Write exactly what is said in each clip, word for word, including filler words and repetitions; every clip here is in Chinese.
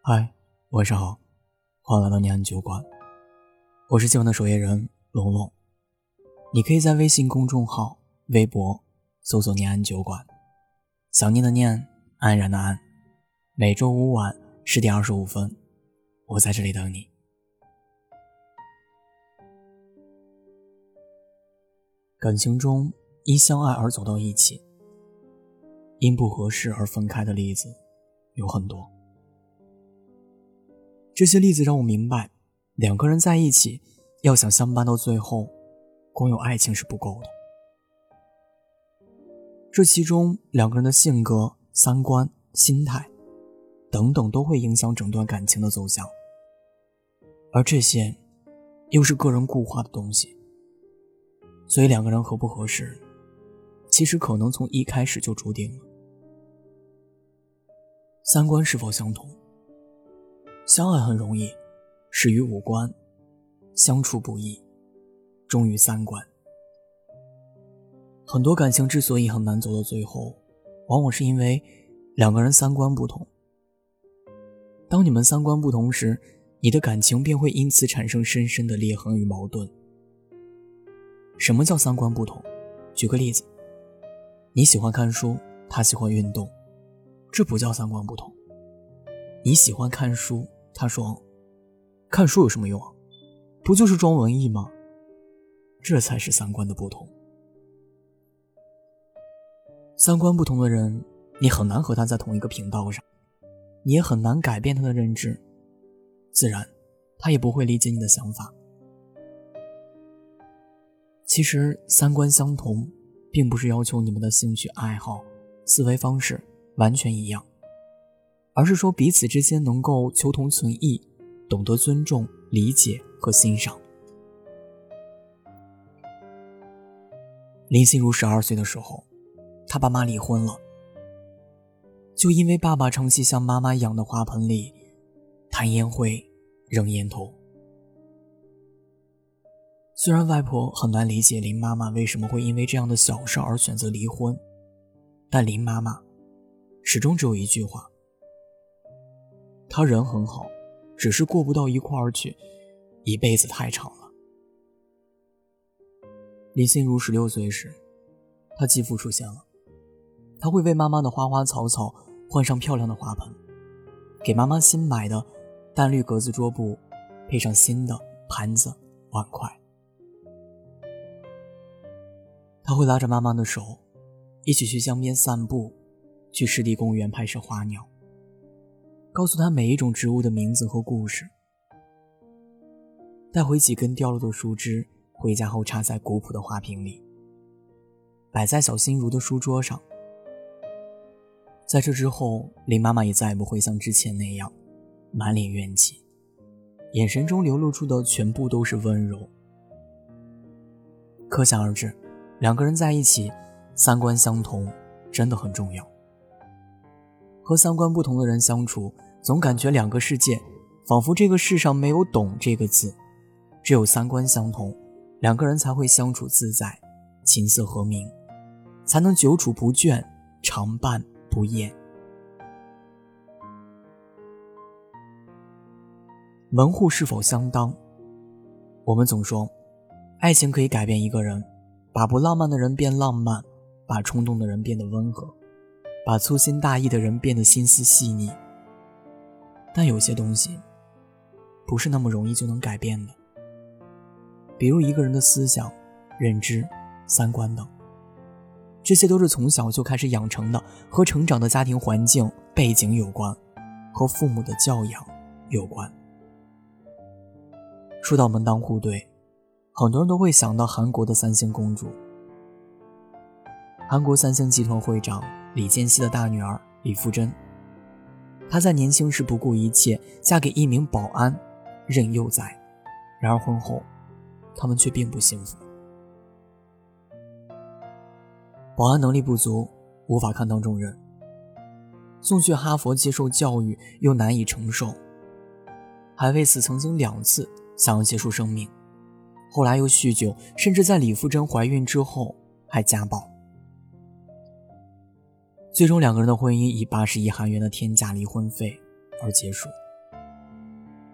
嗨，晚上好，欢迎来到念安酒馆，我是今晚的守夜人龙龙。你可以在微信公众号、微博搜索念安酒馆，想念的念，安然的安。每周五晚十点二十五分，我在这里等你。感情中因相爱而走到一起，因不合适而分开的例子有很多。这些例子让我明白，两个人在一起要想相伴到最后，光有爱情是不够的。这其中两个人的性格、三观、心态等等都会影响整段感情的走向，而这些又是个人固化的东西，所以两个人合不合适，其实可能从一开始就注定了。三观是否相同？相爱很容易，始于五官，相处不易，终于三观。很多感情之所以很难走到最后，往往是因为两个人三观不同。当你们三观不同时，你的感情便会因此产生深深的裂痕与矛盾。什么叫三观不同？举个例子，你喜欢看书，他喜欢运动，这不叫三观不同。你喜欢看书，他说看书有什么用啊？不就是装文艺吗？这才是三观的不同。三观不同的人，你很难和他在同一个频道上，你也很难改变他的认知，自然他也不会理解你的想法。其实三观相同并不是要求你们的兴趣爱好、思维方式完全一样，而是说彼此之间能够求同存异，懂得尊重、理解和欣赏。林心如十二岁的时候，她爸妈离婚了，就因为爸爸长期向妈妈养的花盆里弹烟灰、扔烟头。虽然外婆很难理解林妈妈为什么会因为这样的小事而选择离婚，但林妈妈始终只有一句话：他人很好，只是过不到一块儿去，一辈子太长了。林心如十六岁时，她继父出现了，他会为妈妈的花花草草换上漂亮的花盆，给妈妈新买的淡绿格子桌布配上新的盘子碗筷。他会拉着妈妈的手，一起去江边散步，去湿地公园拍摄花鸟，告诉她每一种植物的名字和故事，带回几根掉落的树枝，回家后插在古朴的花瓶里，摆在小心如的书桌上。在这之后，林妈妈也再也不会像之前那样满脸怨气，眼神中流露出的全部都是温柔。可想而知，两个人在一起，三观相同真的很重要。和三观不同的人相处，总感觉两个世界，仿佛这个世上没有懂这个字，只有三观相同，两个人才会相处自在，琴瑟和鸣，才能久处不倦，常伴不厌。门户是否相当？我们总说，爱情可以改变一个人，把不浪漫的人变浪漫，把冲动的人变得温和，把粗心大意的人变得心思细腻。但有些东西不是那么容易就能改变的，比如一个人的思想、认知、三观等，这些都是从小就开始养成的，和成长的家庭环境背景有关，和父母的教养有关。说到门当户对，很多人都会想到韩国的三星公主。韩国三星集团会长李健熙的大女儿李富真，她在年轻时不顾一切嫁给一名保安任幼宰，然而婚后他们却并不幸福。保安能力不足，无法堪当重任，送去哈佛接受教育又难以承受，还为此曾经两次想要结束生命，后来又酗酒，甚至在李富真怀孕之后还家暴。最终两个人的婚姻以八十亿韩元的天价离婚费而结束。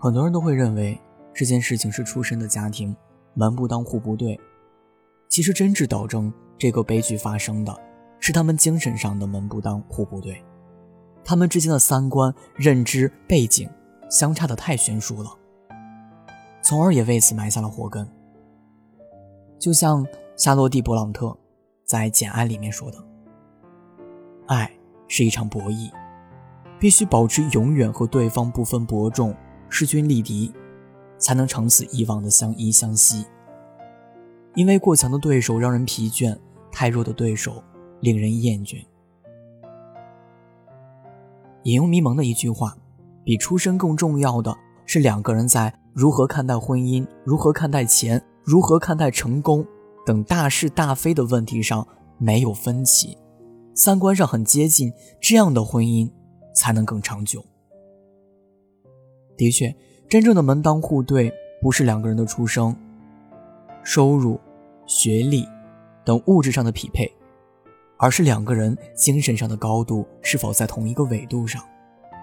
很多人都会认为这件事情是出身的家庭门不当户不对，其实真正导致这个悲剧发生的是他们精神上的门不当户不对，他们之间的三观、认知、背景相差得太悬殊了，从而也为此埋下了祸根。就像夏洛蒂·勃朗特在《简爱》里面说的，爱是一场博弈，必须保持永远和对方不分伯仲，势均力敌，才能长此以往的相依相惜。因为过强的对手让人疲倦，太弱的对手令人厌倦。引用迷蒙的一句话，比出身更重要的是两个人在如何看待婚姻、如何看待钱、如何看待成功等大是大非的问题上没有分歧，三观上很接近，这样的婚姻才能更长久。的确，真正的门当户对不是两个人的出生、收入、学历等物质上的匹配，而是两个人精神上的高度是否在同一个纬度上。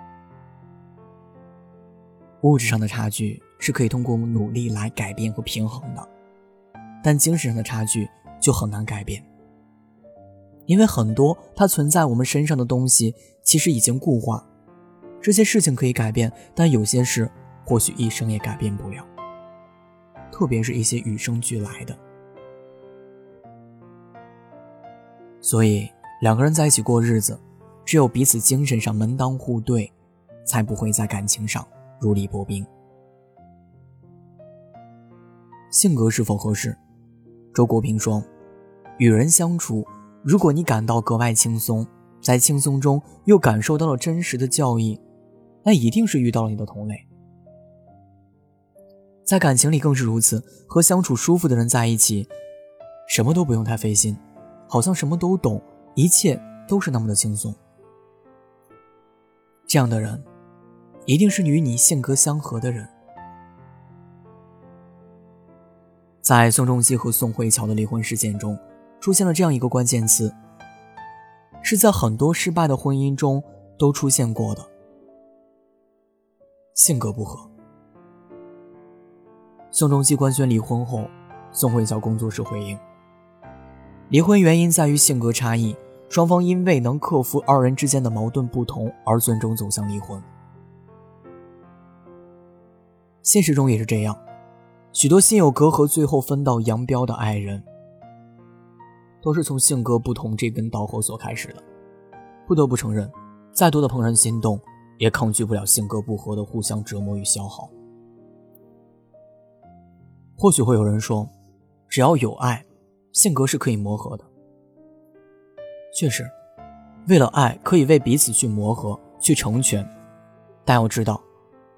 物质上的差距是可以通过努力来改变和平衡的，但精神上的差距就很难改变，因为很多它存在我们身上的东西其实已经固化。这些事情可以改变，但有些事或许一生也改变不了，特别是一些与生俱来的。所以两个人在一起过日子，只有彼此精神上门当户对，才不会在感情上如履薄冰。性格是否合适？周国平说，与人相处，如果你感到格外轻松，在轻松中又感受到了真实的教义，那一定是遇到了你的同类。在感情里更是如此，和相处舒服的人在一起，什么都不用太费心，好像什么都懂，一切都是那么的轻松。这样的人一定是与你性格相合的人。在宋仲基和宋慧乔的离婚事件中，出现了这样一个关键词，是在很多失败的婚姻中都出现过的：性格不合。宋仲基官宣离婚后，宋慧乔工作室回应，离婚原因在于性格差异，双方因未能克服二人之间的矛盾不同而最终走向离婚。现实中也是这样，许多心有隔阂最后分道扬镳的爱人，都是从性格不同这根导火索开始的。不得不承认，再多的怦然心动也抗拒不了性格不合的互相折磨与消耗。或许会有人说，只要有爱，性格是可以磨合的。确实，为了爱可以为彼此去磨合，去成全，但要知道，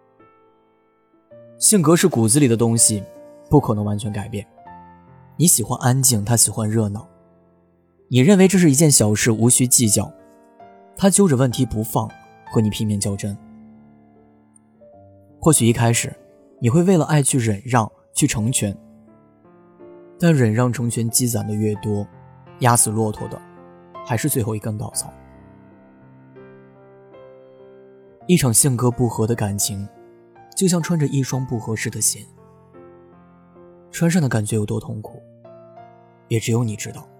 性格是骨子里的东西，不可能完全改变。你喜欢安静，他喜欢热闹，你认为这是一件小事，无需计较，他揪着问题不放，和你拼命较真。或许一开始你会为了爱去忍让，去成全，但忍让成全积攒的越多，压死骆驼的还是最后一根稻草。一场性格不合的感情，就像穿着一双不合适的鞋，穿上的感觉有多痛苦，也只有你知道。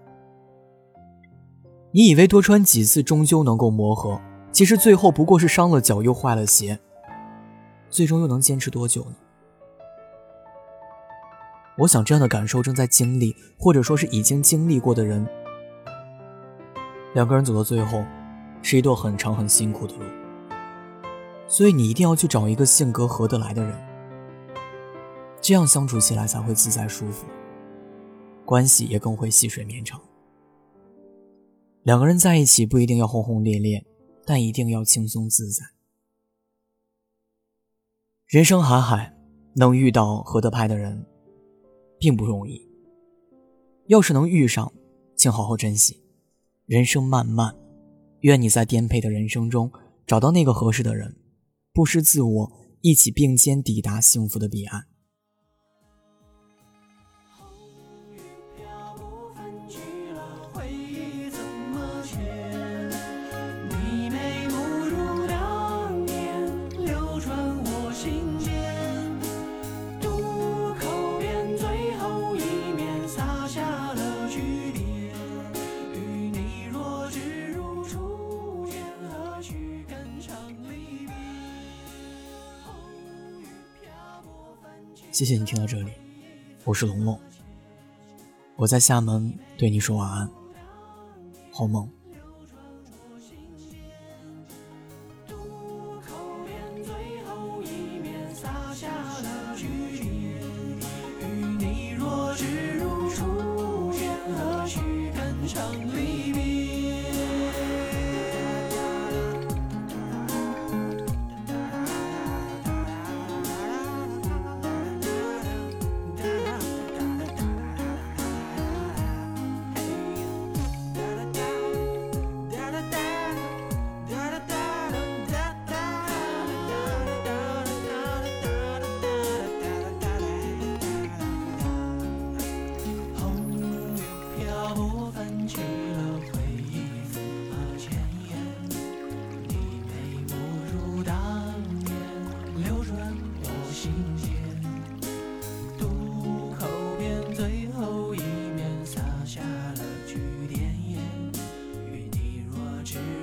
你以为多穿几次终究能够磨合，其实最后不过是伤了脚又坏了鞋，最终又能坚持多久呢？我想这样的感受正在经历，或者说是已经经历过的人，两个人走到最后是一段很长很辛苦的路。所以你一定要去找一个性格合得来的人，这样相处起来才会自在舒服，关系也更会细水绵长。两个人在一起不一定要轰轰烈烈，但一定要轻松自在。人生海海，能遇到合得拍的人并不容易，要是能遇上，请好好珍惜。人生漫漫，愿你在颠沛的人生中找到那个合适的人，不失自我，一起并肩抵达幸福的彼岸。 你眉目如当年，流传我心间。 谢谢你听到这里，我是龙龙，我在厦门对你说晚安，好梦。 只